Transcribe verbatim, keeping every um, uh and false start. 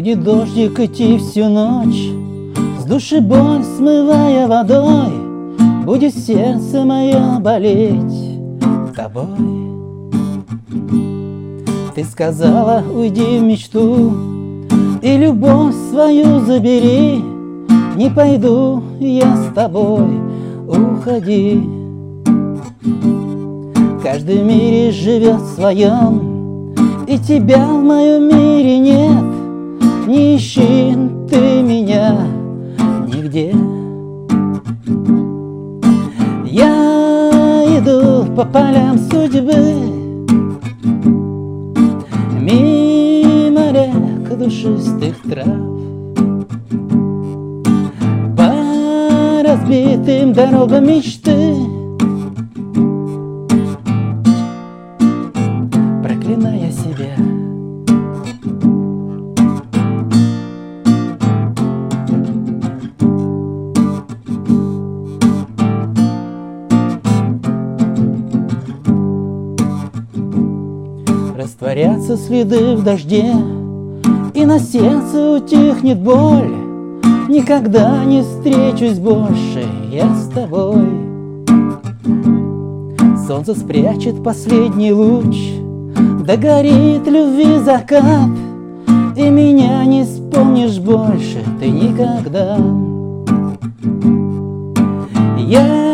Будет дождик идти всю ночь, с души боль смывая водой, будет сердце мое болеть тобой. Ты сказала, уйди в мечту и любовь свою забери. Не пойду я с тобой, уходи. Каждый в мире живет в своем, и тебя в моем мире нет. Не ищи ты меня нигде. Я иду по полям судьбы, мимо рек душистых трав, по разбитым дорогам мечты, проклиная себя. Растворятся следы в дожде, и на сердце утихнет боль. Никогда не встречусь больше я с тобой. Солнце спрячет последний луч, догорит любви закат, и меня не вспомнишь больше ты никогда. Я